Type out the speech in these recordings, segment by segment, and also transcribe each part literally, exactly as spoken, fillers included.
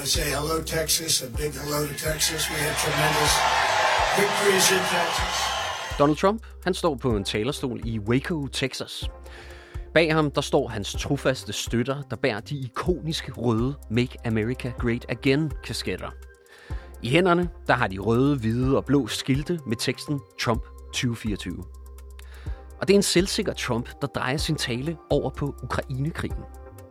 say hello, Texas. A big hello to Texas. We had tremendous victories in Texas. Donald Trump, han står på en talerstol i Waco, Texas. Bag ham, der står hans trofaste støtter, der bærer de ikoniske røde Make America Great Again-kasketter. I hænderne, der har de røde, hvide og blå skilte med teksten Trump tyve fireogtyve. Og det er en selvsikker Trump, der drejer sin tale over på Ukrainekrigen.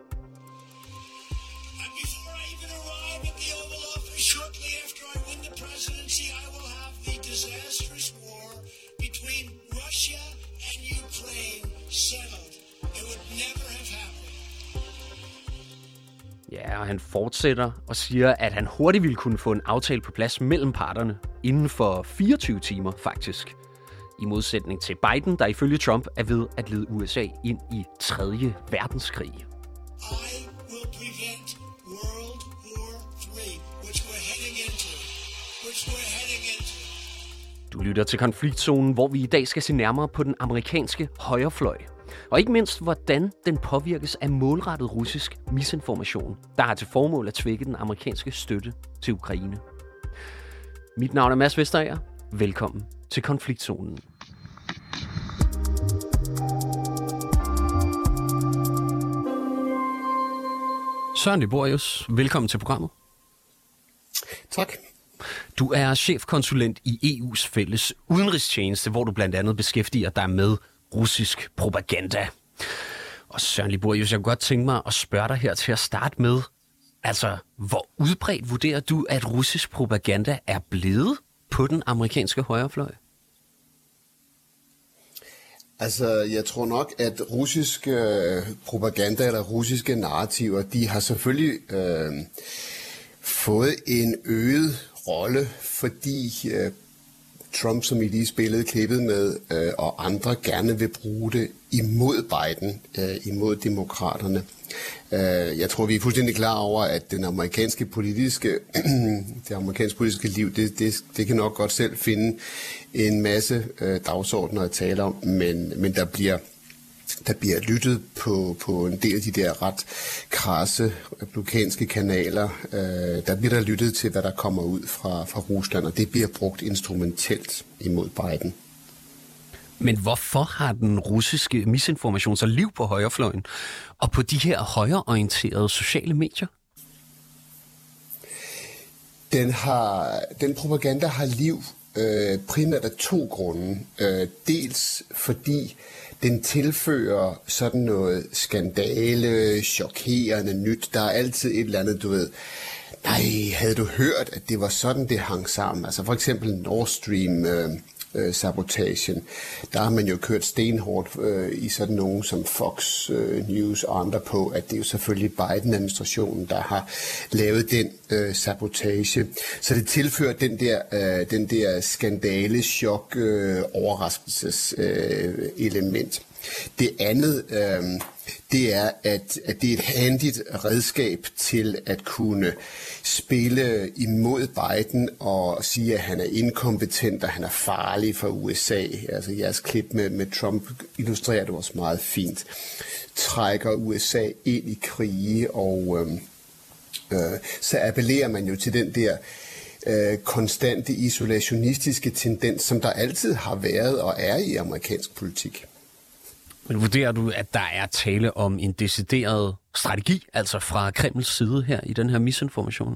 Ja, og han fortsætter og siger, at han hurtigt ville kunne få en aftale på plads mellem parterne inden for fireogtyve timer faktisk. I modsætning til Biden, der ifølge Trump er ved at lede U S A ind i tredje verdenskrig. Du lytter til Konfliktzonen, hvor vi i dag skal se nærmere på den amerikanske højrefløj. Og ikke mindst, hvordan den påvirkes af målrettet russisk misinformation, der har til formål at tvække den amerikanske støtte til Ukraine. Mit navn er Mads Vesterager. Velkommen til Konfliktzonen. Søren Liborius, velkommen til programmet. Tak. Du er chefkonsulent i E U's fælles udenrigstjeneste, hvor du blandt andet beskæftiger dig med russisk propaganda. Og Søren Liborius, jeg kunne godt tænke mig at spørge dig her til at starte med, altså, hvor udbredt vurderer du, at russisk propaganda er blevet på den amerikanske højrefløj? Altså, jeg tror nok, at russisk øh, propaganda eller russiske narrativer, de har selvfølgelig øh, fået en øget rolle, fordi øh, Trump, som I lige spillede klippet med, øh, og andre gerne vil bruge det imod Biden, øh, imod demokraterne. Øh, jeg tror, vi er fuldstændig klar over, at den amerikanske politiske, det amerikanske politiske liv, det, det, det kan nok godt selv finde en masse øh, dagsordner at tale om, men, men der bliver der bliver lyttet på, på en del af de der ret krasse republikanske kanaler. Øh, der bliver der lyttet til, hvad der kommer ud fra, fra Rusland, og det bliver brugt instrumentelt imod Biden. Men hvorfor har den russiske misinformation så liv på højrefløjen og på de her højreorienterede sociale medier? Den, har, den propaganda har liv øh, primært af to grunde. Øh, dels fordi den tilfører sådan noget skandale, chokerende nyt. Der er altid et eller andet, du ved, nej, havde du hørt, at det var sådan, det hang sammen? Altså for eksempel Nord Stream øh, øh, sabotagen. Der har man jo kørt stenhårdt øh, i sådan nogen som Fox øh, News og andre på, at det er jo selvfølgelig Biden-administrationen, der har lavet den øh, sabotage. Så det tilfører den der, øh, den der skandale, chok, øh, overraskelses øh, element. Det andet, øh, det er, at, at det er et handigt redskab til at kunne spille imod Biden og sige, at han er inkompetent og han er farlig for U S A. Altså jeres klip med, med Trump illustrerer det også meget fint. Trækker U S A ind i krige, og øh, øh, så appellerer man jo til den der øh, konstante isolationistiske tendens, som der altid har været og er i amerikansk politik. Men vurderer du, at der er tale om en decideret strategi, altså fra Kremls side her i den her misinformation?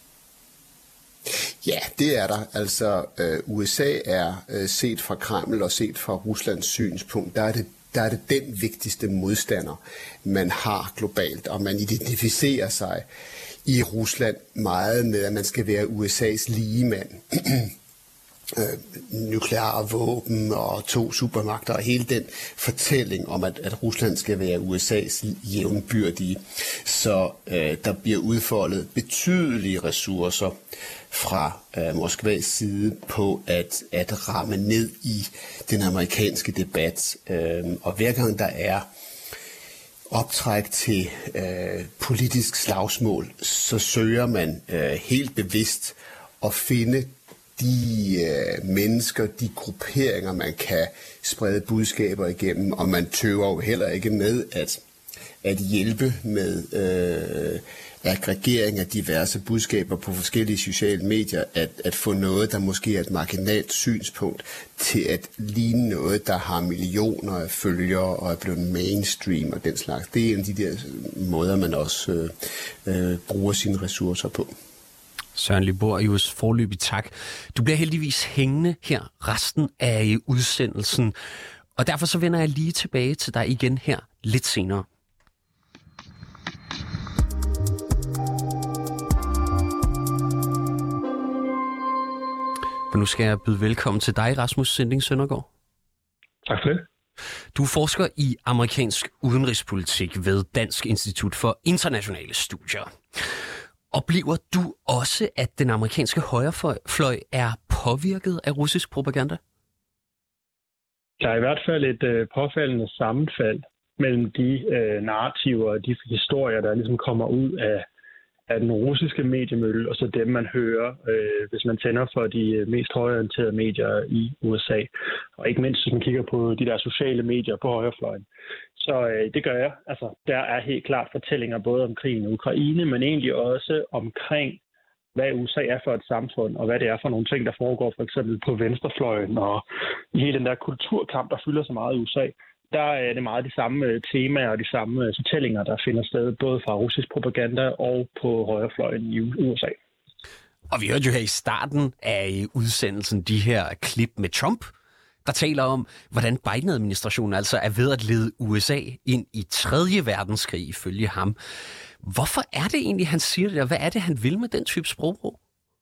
Ja, det er der. Altså øh, U S A er øh, set fra Kreml og set fra Ruslands synspunkt, der er det der er det den vigtigste modstander, man har globalt, og man identificerer sig i Rusland meget med, at man skal være U S A's ligemand. Øh, nukleare våben og to supermagter og hele den fortælling om, at, at Rusland skal være U S A's jævnbyrdige. Så øh, der bliver udfoldet betydelige ressourcer fra øh, Moskvas side på at, at ramme ned i den amerikanske debat. Øh, og hver gang der er optræk til øh, politisk slagsmål, så søger man øh, helt bevidst at finde de øh, mennesker, de grupperinger, man kan sprede budskaber igennem, og man tøver jo heller ikke med at at hjælpe med øh, aggregering af diverse budskaber på forskellige sociale medier, at, at få noget, der måske er et marginalt synspunkt, til at ligne noget, der har millioner af følgere og er blevet mainstream og den slags. Det er en af de der måder, man også øh, øh, bruger sine ressourcer på. Søren Liborius, forløbig tak. Du bliver heldigvis hængende her resten af udsendelsen, og derfor så vender jeg lige tilbage til dig igen her lidt senere. For nu skal jeg byde velkommen til dig, Rasmus Sinding Søndergaard. Tak for det. Du er forsker i amerikansk udenrigspolitik ved Dansk Institut for Internationale Studier. Oplever du også, at den amerikanske højrefløj er påvirket af russisk propaganda? Der er i hvert fald et øh, påfaldende sammenfald mellem de øh, narrativer og de historier, der ligesom kommer ud af, af den russiske mediemølle, og så dem, man hører, øh, hvis man tænder for de mest højreorienterede medier i U S A. Og ikke mindst, hvis man kigger på de der sociale medier på højrefløjen. Så øh, det gør jeg. Altså, der er helt klart fortællinger både om krigen i Ukraine, men egentlig også omkring, hvad U S A er for et samfund, og hvad det er for nogle ting, der foregår for eksempel på venstrefløjen, og i hele den der kulturkamp, der fylder så meget i U S A. Der er det meget de samme temaer og de samme fortællinger, der finder sted, både fra russisk propaganda og på højrefløjen i U S A. Og vi hørte jo her i starten af udsendelsen de her klip med Trump, der taler om, hvordan Biden-administrationen altså er ved at lede U S A ind i tredje verdenskrig ifølge ham. Hvorfor er det egentlig, han siger det, og hvad er det, han vil med den type sprogbrug?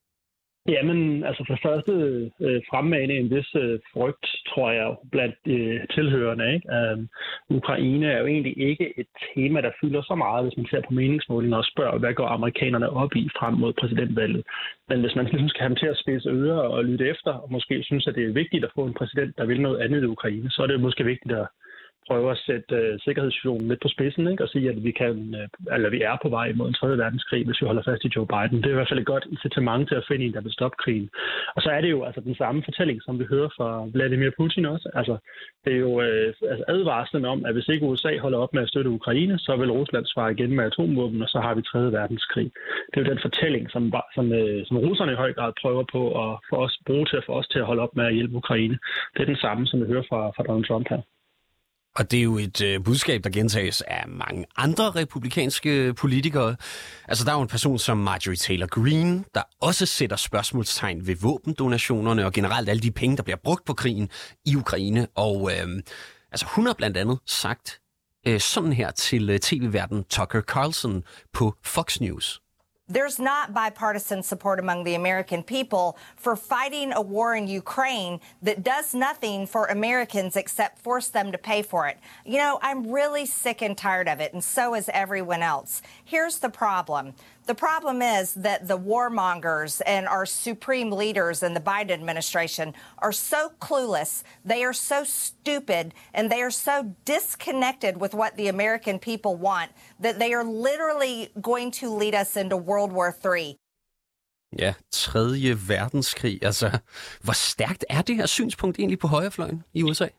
Jamen, altså for det første øh, fremmane en vis øh, frygt, tror jeg, blandt øh, tilhørende. Ikke? Øh, Ukraine er jo egentlig ikke et tema, der fylder så meget, hvis man ser på meningsmålinger og spørger, hvad går amerikanerne op i frem mod præsidentvalget. Men hvis man ligesom skal have dem til at spidse ører og lytte efter, og måske synes, at det er vigtigt at få en præsident, der vil noget andet i Ukraine, så er det måske vigtigt at prøve at sætte uh, sikkerhedssituationen lidt på spidsen, ikke? Og sige, at vi kan, uh, eller vi er på vej mod en tredje verdenskrig, hvis vi holder fast i Joe Biden. Det er i hvert fald et godt incitament til at finde en, der vil stoppe krigen. Og så er det jo altså den samme fortælling, som vi hører fra Vladimir Putin også. Altså, det er jo uh, altså advarslen om, at hvis ikke U S A holder op med at støtte Ukraine, så vil Rusland svare igen med atomvåben, og så har vi tredje verdenskrig. Det er jo den fortælling, som, som, uh, som russerne i høj grad prøver på at for os, bruge til at få os til at holde op med at hjælpe Ukraine. Det er den samme, som vi hører fra, fra Donald Trump her. Og det er jo et øh, budskab, der gentages af mange andre republikanske politikere. Altså, der er jo en person som Marjorie Taylor Greene, der også sætter spørgsmålstegn ved våbendonationerne og generelt alle de penge, der bliver brugt på krigen i Ukraine. Og øh, altså, hun har blandt andet sagt øh, sådan her til øh, tv-værten Tucker Carlson på Fox News. There's not bipartisan support among the American people for fighting a war in Ukraine that does nothing for Americans except force them to pay for it. You know, I'm really sick and tired of it, and so is everyone else. Here's the problem. The problem is that the warmongers and our supreme leaders in the Biden administration are so clueless, they are so stupid, and they are so disconnected with what the American people want that they are literally going to lead us into World War three. Ja, tredje verdenskrig. Altså, hvor stærkt er det her synspunkt egentlig på højrefløjen i U S A?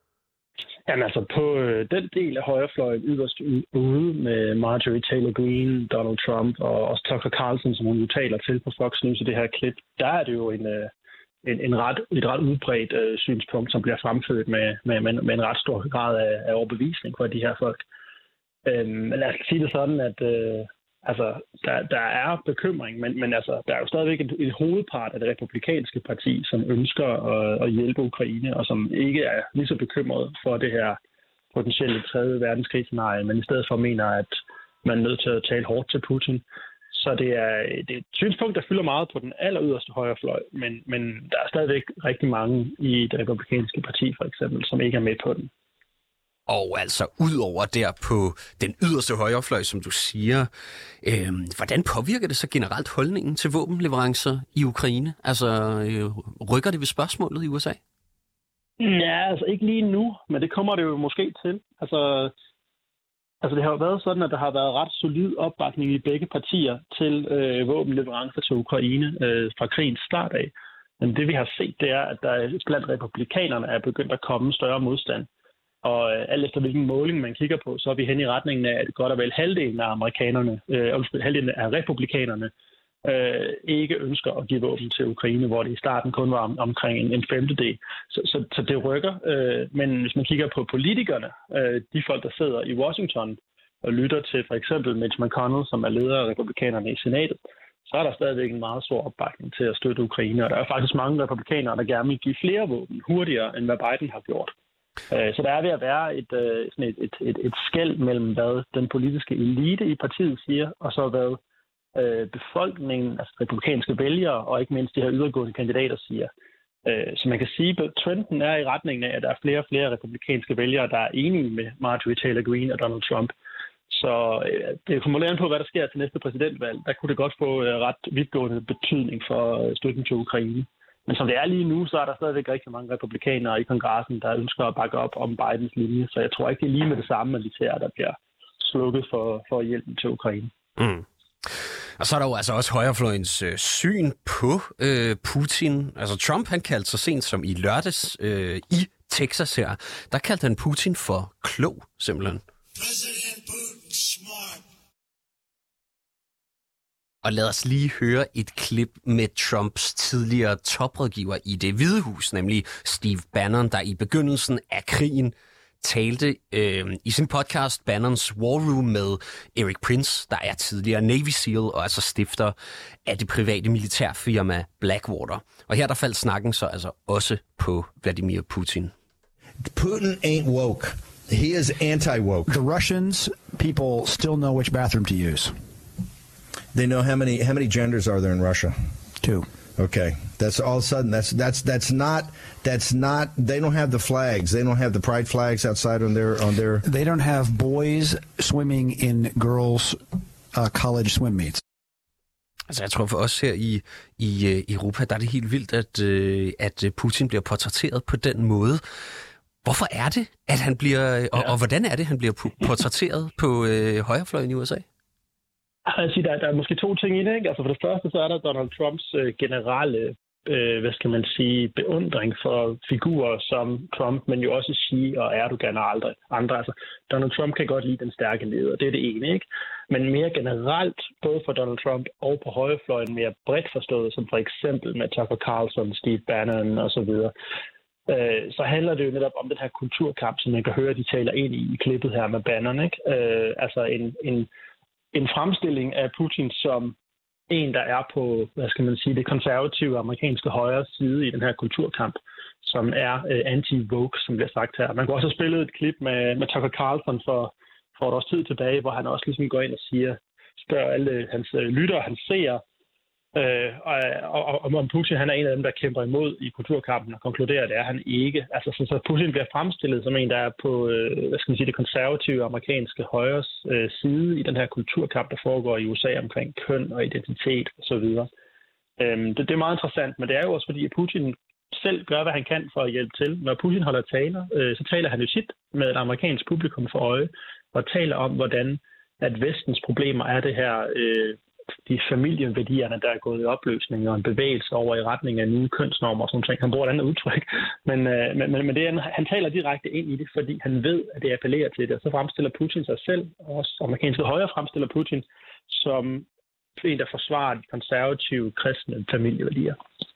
Jamen altså, på øh, den del af højrefløjen yderst ude med Marjorie Taylor Greene, Donald Trump og også Tucker Carlson, som hun jo taler til på Fox News i det her klip, der er det jo en, øh, en, en ret, et ret udbredt øh, synspunkt, som bliver fremført med, med, med, med en ret stor grad af, af overbevisning for de her folk. Øhm, lad os sige det sådan, at øh, altså, der, der er bekymring, men, men altså, der er jo stadigvæk et, et hovedpart af det republikanske parti, som ønsker at, at hjælpe Ukraine, og som ikke er lige så bekymret for det her potentielle tredje verdenskrigscenarie, men i stedet for mener, at man er nødt til at tale hårdt til Putin. Så det er, det er et synspunkt, der fylder meget på den aller yderste højrefløj, men, men der er stadigvæk rigtig mange i det republikanske parti, for eksempel, som ikke er med på den. Og altså udover der på den yderste højrefløj, som du siger, øh, hvordan påvirker det så generelt holdningen til våbenleverancer i Ukraine? Altså øh, rykker det ved spørgsmålet i U S A? Ja, altså ikke lige nu, men det kommer det jo måske til. Altså, altså det har jo været sådan, at der har været ret solid opbakning i begge partier til øh, våbenleverancer til Ukraine øh, fra krigens start af. Men det vi har set, det er, at der blandt republikanerne er begyndt at komme større modstand. Og øh, alt efter hvilken måling man kigger på, så er vi hen i retningen af, at godt og vel halvdelen af amerikanerne, øh, undskyld, halvdelen af republikanerne, øh, ikke ønsker at give våben til Ukraine, hvor det i starten kun var om, omkring en, en femtedel. Så, så, så det rykker. Øh, men hvis man kigger på politikerne, øh, de folk, der sidder i Washington og lytter til for eksempel Mitch McConnell, som er leder af republikanerne i senatet, så er der stadigvæk en meget stor opbakning til at støtte Ukraine. Og der er faktisk mange republikanere, der gerne vil give flere våben hurtigere, end hvad Biden har gjort. Så der er ved at være et, sådan et, et, et, et skel mellem, hvad den politiske elite i partiet siger, og så hvad befolkningen, altså republikanske vælgere, og ikke mindst de her ydergående kandidater siger. Så man kan sige, at trenden er i retningen af, at der er flere og flere republikanske vælgere, der er enige med Marjorie Taylor Greene og Donald Trump. Så det kommer lidt an på, hvad der sker til næste præsidentvalg. Der kunne det godt få ret vidtgående betydning for støtten til Ukraine. Men som det er lige nu, så er der stadigvæk rigtig mange republikanere i kongressen, der ønsker at bakke op om Bidens linje. Så jeg tror ikke, det er lige med det samme militær, der bliver slukket for, for hjælpen til Ukraine. Mm. Og så er der jo altså også højrefløjens øh, syn på øh, Putin. Altså Trump, han kaldte så sent som i lørdags øh, i Texas her, der kaldte han Putin for klog, simpelthen. President Putin, smart. Og lad os lige høre et klip med Trumps tidligere toprådgiver i Det Hvide Hus, nemlig Steve Bannon, der i begyndelsen af krigen talte øh, i sin podcast Bannons War Room med Erik Prince, der er tidligere Navy SEAL og altså stifter af det private militærfirma Blackwater. Og her der faldt snakken så altså også på Vladimir Putin. Putin ain't woke. He is anti-woke. The Russians, people still know which bathroom to use. They know how many how many genders are there in Russia? Two. Okay, that's all of a sudden. That's that's that's not that's not. They don't have the flags. They don't have the pride flags outside on their on their. They don't have boys swimming in girls' uh, college swim meets. Altså jeg tror for os her i i Europa, der er det helt vildt, at at Putin bliver portrætteret på den måde. Hvorfor er det, at han bliver og, og hvordan er det, han bliver portrætteret på øh, højrefløjen i U S A? Altså, der, der er måske to ting i det, ikke? Altså for det første, så er der Donald Trumps øh, generelle, øh, hvad skal man sige, beundring for figurer som Trump, men jo også Xi og Erdogan og andre. andre. Altså, Donald Trump kan godt lide den stærke leder, det er det ene, ikke? Men mere generelt, både for Donald Trump og på højrefløjen, mere bredt forstået, som for eksempel med Tucker Carlson, Steve Bannon og så videre, øh, så handler det jo netop om den her kulturkamp, som man kan høre, de taler ind i, i klippet her med Bannon, ikke? Øh, altså en... en En fremstilling af Putin som en, der er på, hvad skal man sige, det konservative amerikanske højre side i den her kulturkamp, som er øh, anti-woke, som bliver sagt her. Man kan også have spillet et klip med, med Tucker Carlson for, for et års tid tilbage, hvor han også ligesom går ind og siger, spørger alle hans øh, lyttere, hans seere, øh, og, og, og om Putin han er en af dem, der kæmper imod i kulturkampen, og konkluderer, at det er han ikke. Altså, så, så Putin bliver fremstillet som en, der er på øh, hvad skal man sige, det konservative amerikanske højres øh, side i den her kulturkamp, der foregår i U S A omkring køn og identitet osv. Øhm, det, det er meget interessant, men det er jo også fordi, at Putin selv gør, hvad han kan for at hjælpe til. Når Putin holder taler, øh, så taler han jo tit med et amerikansk publikum for øje, og taler om, hvordan at vestens problemer er det her... Øh, de familieværdierne, der er gået i opløsning, og en bevægelse over i retning af nye kønsnormer og sådan noget. Han bruger et andet udtryk. Men, øh, men, men det er, han taler direkte ind i det, fordi han ved, at det appellerer til det. Og så fremstiller Putin sig selv, og også amerikanske højre fremstiller Putin, som en, der forsvarer de konservative kristne familieværdier.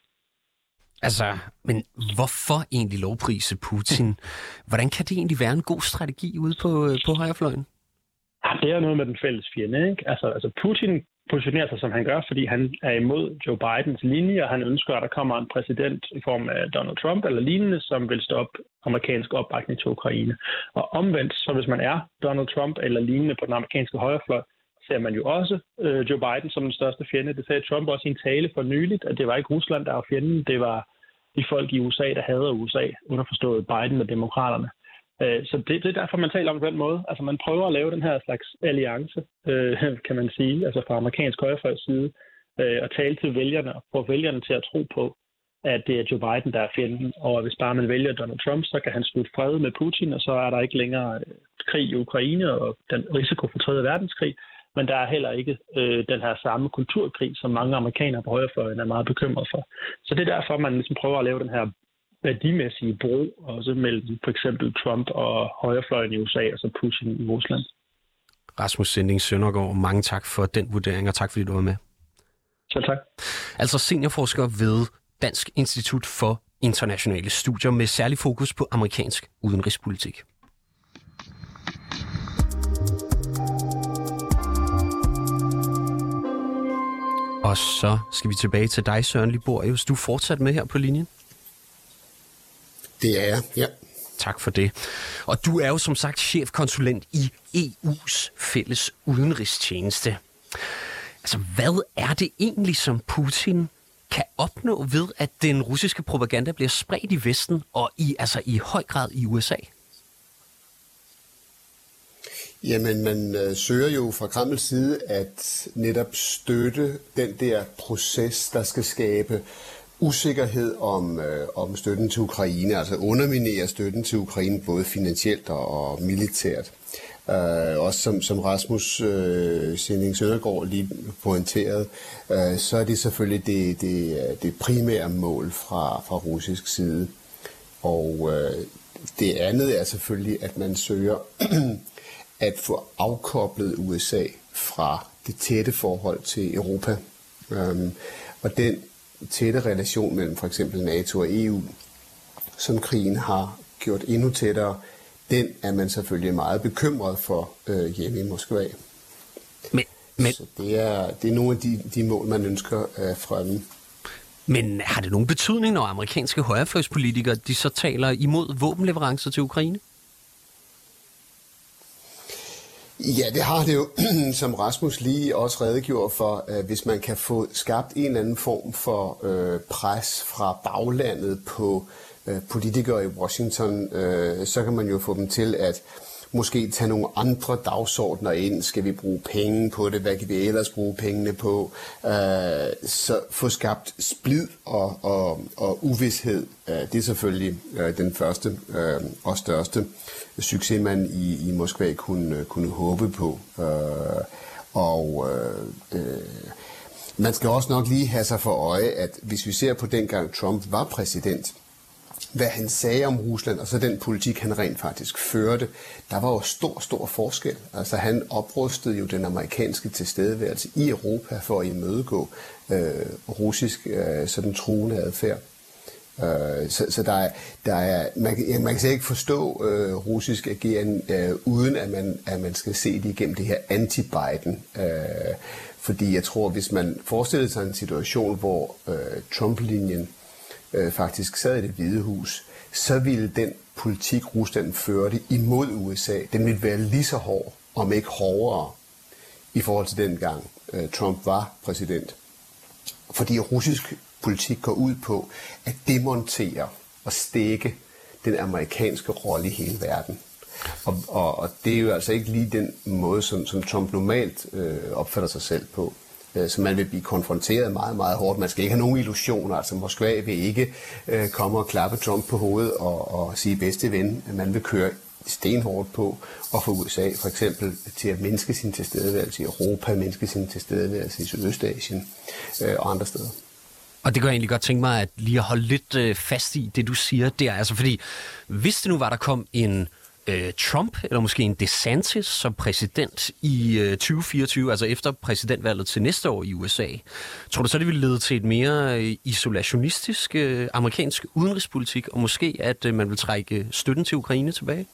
Altså, men hvorfor egentlig lovprise Putin? Hvordan kan det egentlig være en god strategi ude på, på højrefløjen? Ja, det er noget med den fælles fjende, ikke? Altså, altså Putin positionerer sig, som han gør, fordi han er imod Joe Bidens linje, og han ønsker, at der kommer en præsident i form af Donald Trump eller lignende, som vil stoppe amerikansk opbakning til Ukraine. Og omvendt, så hvis man er Donald Trump eller lignende på den amerikanske højrefløj, ser man jo også øh, Joe Biden som den største fjende. Det sagde Trump også i en tale for nyligt, at det var ikke Rusland, der var fjenden, det var de folk i U S A, der hader U S A, underforstået Biden og demokraterne. Så det, det er derfor, man taler om på den måde. Altså man prøver at lave den her slags alliance, øh, kan man sige, altså fra amerikansk højrefløjs side, øh, og tale til vælgerne og få vælgerne til at tro på, at det er Joe Biden, der er fjenden, og hvis bare man vælger Donald Trump, så kan han slutte fred med Putin, og så er der ikke længere krig i Ukraine og den risiko for tredje verdenskrig, men der er heller ikke øh, den her samme kulturkrig, som mange amerikanere på højrefløjen er meget bekymrede for. Så det er derfor, man ligesom prøver at lave den her værdimæssige bro, også mellem for eksempel Trump og højrefløjen i U S A, og så Putin i Rusland. Rasmus Sinding Søndergaard, mange tak for den vurdering, og tak fordi du var med. Så tak. Altså seniorforsker ved Dansk Institut for Internationale Studier med særlig fokus på amerikansk udenrigspolitik. Og så skal vi tilbage til dig, Søren Liborius. Du er fortsat med her på linjen. Det er jeg, ja. Tak for det. Og du er jo som sagt chefkonsulent i E U's fælles udenrigstjeneste. Altså, hvad er det egentlig, som Putin kan opnå ved, at den russiske propaganda bliver spredt i Vesten og i, altså i høj grad i U S A? Jamen, man øh, søger jo fra Kremls side at netop støtte den der proces, der skal skabe usikkerhed om, øh, om støtten til Ukraine, altså underminere støtten til Ukraine både finansielt og, og militært. Uh, også som, som Rasmus uh, Sinding Søndergaard lige pointerede, uh, så er det selvfølgelig det, det, det primære mål fra, fra russisk side. Og uh, det andet er selvfølgelig, at man søger at få afkoblet U S A fra det tætte forhold til Europa. Um, og den tætte relation mellem for eksempel NATO og E U, som krigen har gjort endnu tættere, den er man selvfølgelig meget bekymret for øh, hjemme i Moskva. Men, men, Så det er, det er nogle af de, de mål, man ønsker at fremme. Men har det nogen betydning, når amerikanske højrefløjspolitikere de så taler imod våbenleverancer til Ukraine? Ja, det har det jo, som Rasmus lige også redegjorde for, øh, hvis man kan få skabt en eller anden form for øh, pres fra baglandet på øh, politikere i Washington, øh, så kan man jo få dem til at måske tage nogle andre dagsordner ind. Skal vi bruge penge på det? Hvad kan vi ellers bruge pengene på? Øh, så få skabt splid og, og, og uvished. Øh, det er selvfølgelig øh, den første øh, og største succes, man i, i Moskva kunne, kunne håbe på. Øh, og øh, øh, man skal også nok lige have sig for øje, at hvis vi ser på dengang Trump var præsident, hvad han sagde om Rusland, og så den politik, han rent faktisk førte, der var jo stor, stor forskel. Altså han oprustede jo den amerikanske tilstedeværelse i Europa for at imødegå øh, russisk øh, sådan truende adfærd. Øh, så, så der er, der er, man, ja, man kan slet ikke forstå øh, russisk ageren, øh, uden at man, at man skal se det igennem det her anti-Biden. Øh, fordi jeg tror, hvis man forestiller sig en situation, hvor øh, Trump-linjen øh, faktisk sad i Det Hvide Hus, så ville den politik, Rusland førte imod U S A, den ville være lige så hård, om ikke hårdere, i forhold til den gang øh, Trump var præsident. Fordi russisk politik går ud på at demontere og stække den amerikanske rolle i hele verden. Og, og, og det er jo altså ikke lige den måde, som, som Trump normalt øh, opfatter sig selv på. Øh, så man vil blive konfronteret meget, meget hårdt. Man skal ikke have nogen illusioner. Altså Moskva vil ikke øh, komme og klappe Trump på hovedet og, og sige bedste ven. Man vil køre stenhårdt på og få U S A for eksempel til at mindske sin tilstedeværelse i Europa, mindske sin tilstedeværelse i Sydøstasien øh, og andre steder. Og det kan jeg egentlig godt tænke mig at lige at holde lidt øh, fast i det, du siger der. Altså fordi, hvis det nu var, der kom en øh, Trump, eller måske en DeSantis som præsident i øh, tyve fireogtyve, altså efter præsidentvalget til næste år i U S A, tror du så, det ville lede til et mere øh, isolationistisk øh, amerikansk udenrigspolitik, og måske at øh, man vil trække støtten til Ukraine tilbage?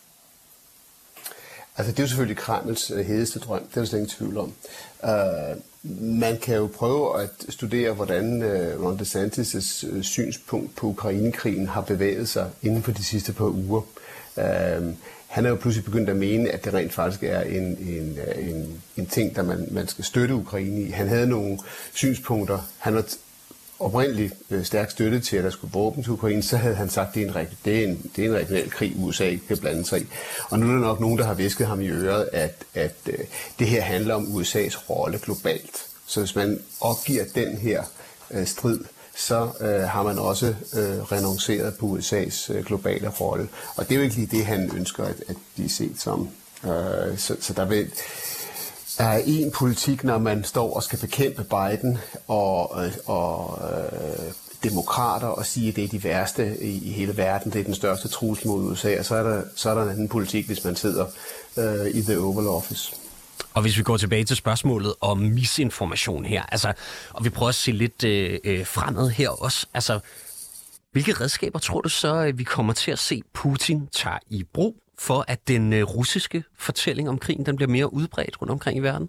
Altså det er jo selvfølgelig Kremls øh, hedeste drøm, det er der slet ingen tvivl om. Uh, man kan jo prøve at studere, hvordan uh, Ron DeSantis' uh, synspunkt på Ukrainekrigen har bevæget sig inden for de sidste par uger. Uh, han er jo pludselig begyndt at mene, at det rent faktisk er en, en, en, en ting, der man, man skal støtte Ukraine i. Han havde nogle synspunkter, han har oprindeligt øh, stærk støtte til, at der skulle våben til Ukraine, så havde han sagt, at det er en, det er en, det er en regional krig, U S A ikke kan blande sig i. Og nu er der nok nogen, der har visket ham i øret, at, at øh, det her handler om U S A's rolle globalt. Så hvis man opgiver den her øh, strid, så øh, har man også øh, renonceret på U S A's øh, globale rolle. Og det er jo ikke lige det, han ønsker at, at blive set som. Øh, så, så der vil... Der er en politik, når man står og skal bekæmpe Biden, og, og øh, demokrater og sige, at det er de værste i, i hele verden, det er den største trussel mod U S A, og så er der, så er der en anden politik, hvis man sidder øh, i The Oval Office. Og hvis vi går tilbage til spørgsmålet om misinformation her, altså, og vi prøver at se lidt øh, fremad her også, altså, hvilke redskaber tror du så, at vi kommer til at se Putin tage i brug, for at den øh, russiske fortælling om krigen, den bliver mere udbredt rundt omkring i verden?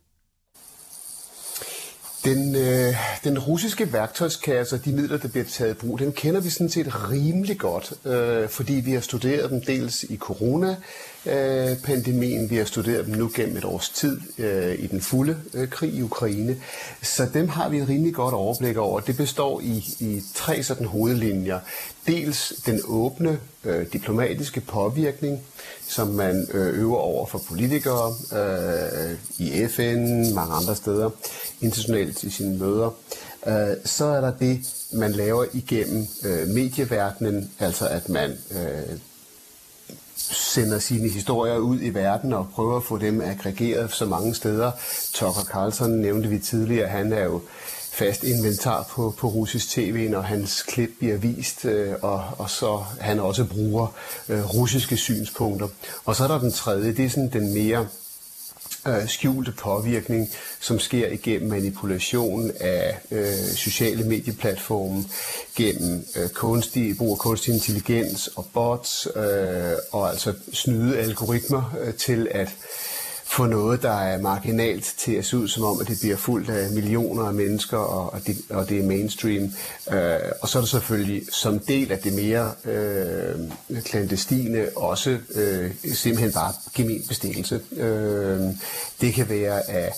Den, øh, den russiske værktøjskasse og de midler, der bliver taget i brug, dem kender vi sådan set rimelig godt, øh, fordi vi har studeret dem dels i coronapandemien, vi har studeret dem nu gennem et års tid øh, i den fulde øh, krig i Ukraine. Så dem har vi et rimelig godt overblik over. Det består i, i tre sådan hovedlinjer. Dels den åbne øh, diplomatiske påvirkning, som man øh, øver over for politikere øh, i F N, mange andre steder, internationalt i sine møder. Øh, så er der det, man laver igennem øh, medieverdenen, altså at man øh, sender sine historier ud i verden og prøver at få dem aggregeret så mange steder. Tucker Carlson nævnte vi tidligere, han er jo fast inventar på, på russisk tv, når hans klip bliver vist, øh, og, og så han også bruger øh, russiske synspunkter. Og så er der den tredje, det er sådan den mere øh, skjulte påvirkning, som sker igennem manipulation af øh, sociale medieplatforme, gennem øh, kunstig, brug af kunstig intelligens og bots, øh, og altså snyde algoritmer øh, til at få noget, der er marginalt til at se ud som om, at det bliver fuldt af millioner af mennesker, og, og, det, og det er mainstream. Øh, og så er der selvfølgelig som del af det mere øh, klandestine også øh, simpelthen bare gemen bestikkelse. Øh, det kan være af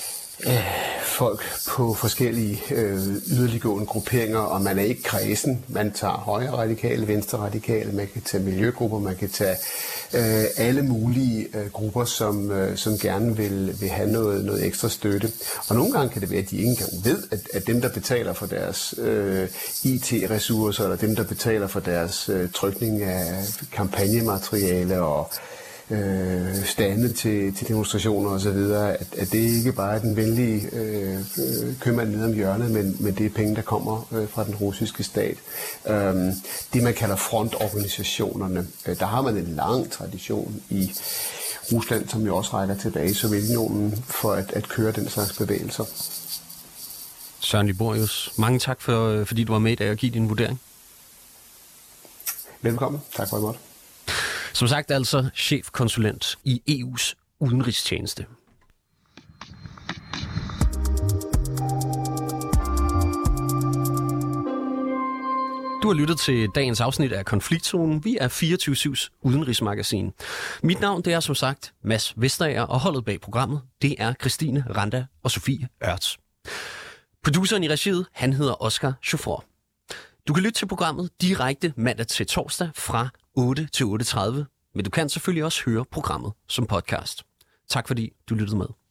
folk på forskellige øh, yderliggående grupperinger, og man er ikke kredsen. Man tager højre radikale, venstre radikale, man kan tage miljøgrupper, man kan tage øh, alle mulige øh, grupper, som, øh, som gerne vil, vil have noget, noget ekstra støtte. Og nogle gange kan det være, at de ikke engang ved, at, at dem, der betaler for deres øh, I T-ressourcer, eller dem, der betaler for deres øh, trykning af kampagnemateriale og Øh, stande til, til demonstrationer og så videre, at, at det ikke bare er den venlige øh, købmand nede om hjørnet, men, men det er penge, der kommer øh, fra den russiske stat. Øh, det man kalder frontorganisationerne, øh, der har man en lang tradition i Rusland, som jo også rækker tilbage i Sovjetunionen, for at, at køre den slags bevægelser. Søren Liborius, mange tak for, fordi du var med i dag og give din vurdering. Velkommen. Tak for i måtte. Som sagt altså chefkonsulent i E U's udenrigstjeneste. Du har lyttet til dagens afsnit af Konfliktzonen. Vi er fireogtyve syvs udenrigsmagasin. Mit navn det er som sagt Mads Vesterager, og holdet bag programmet det er Christine Randa og Sofie Ørts. Produceren i regiet, han hedder Oscar Chauffeur. Du kan lytte til programmet direkte mandag til torsdag fra otte til otte tredive, men du kan selvfølgelig også høre programmet som podcast. Tak fordi du lyttede med.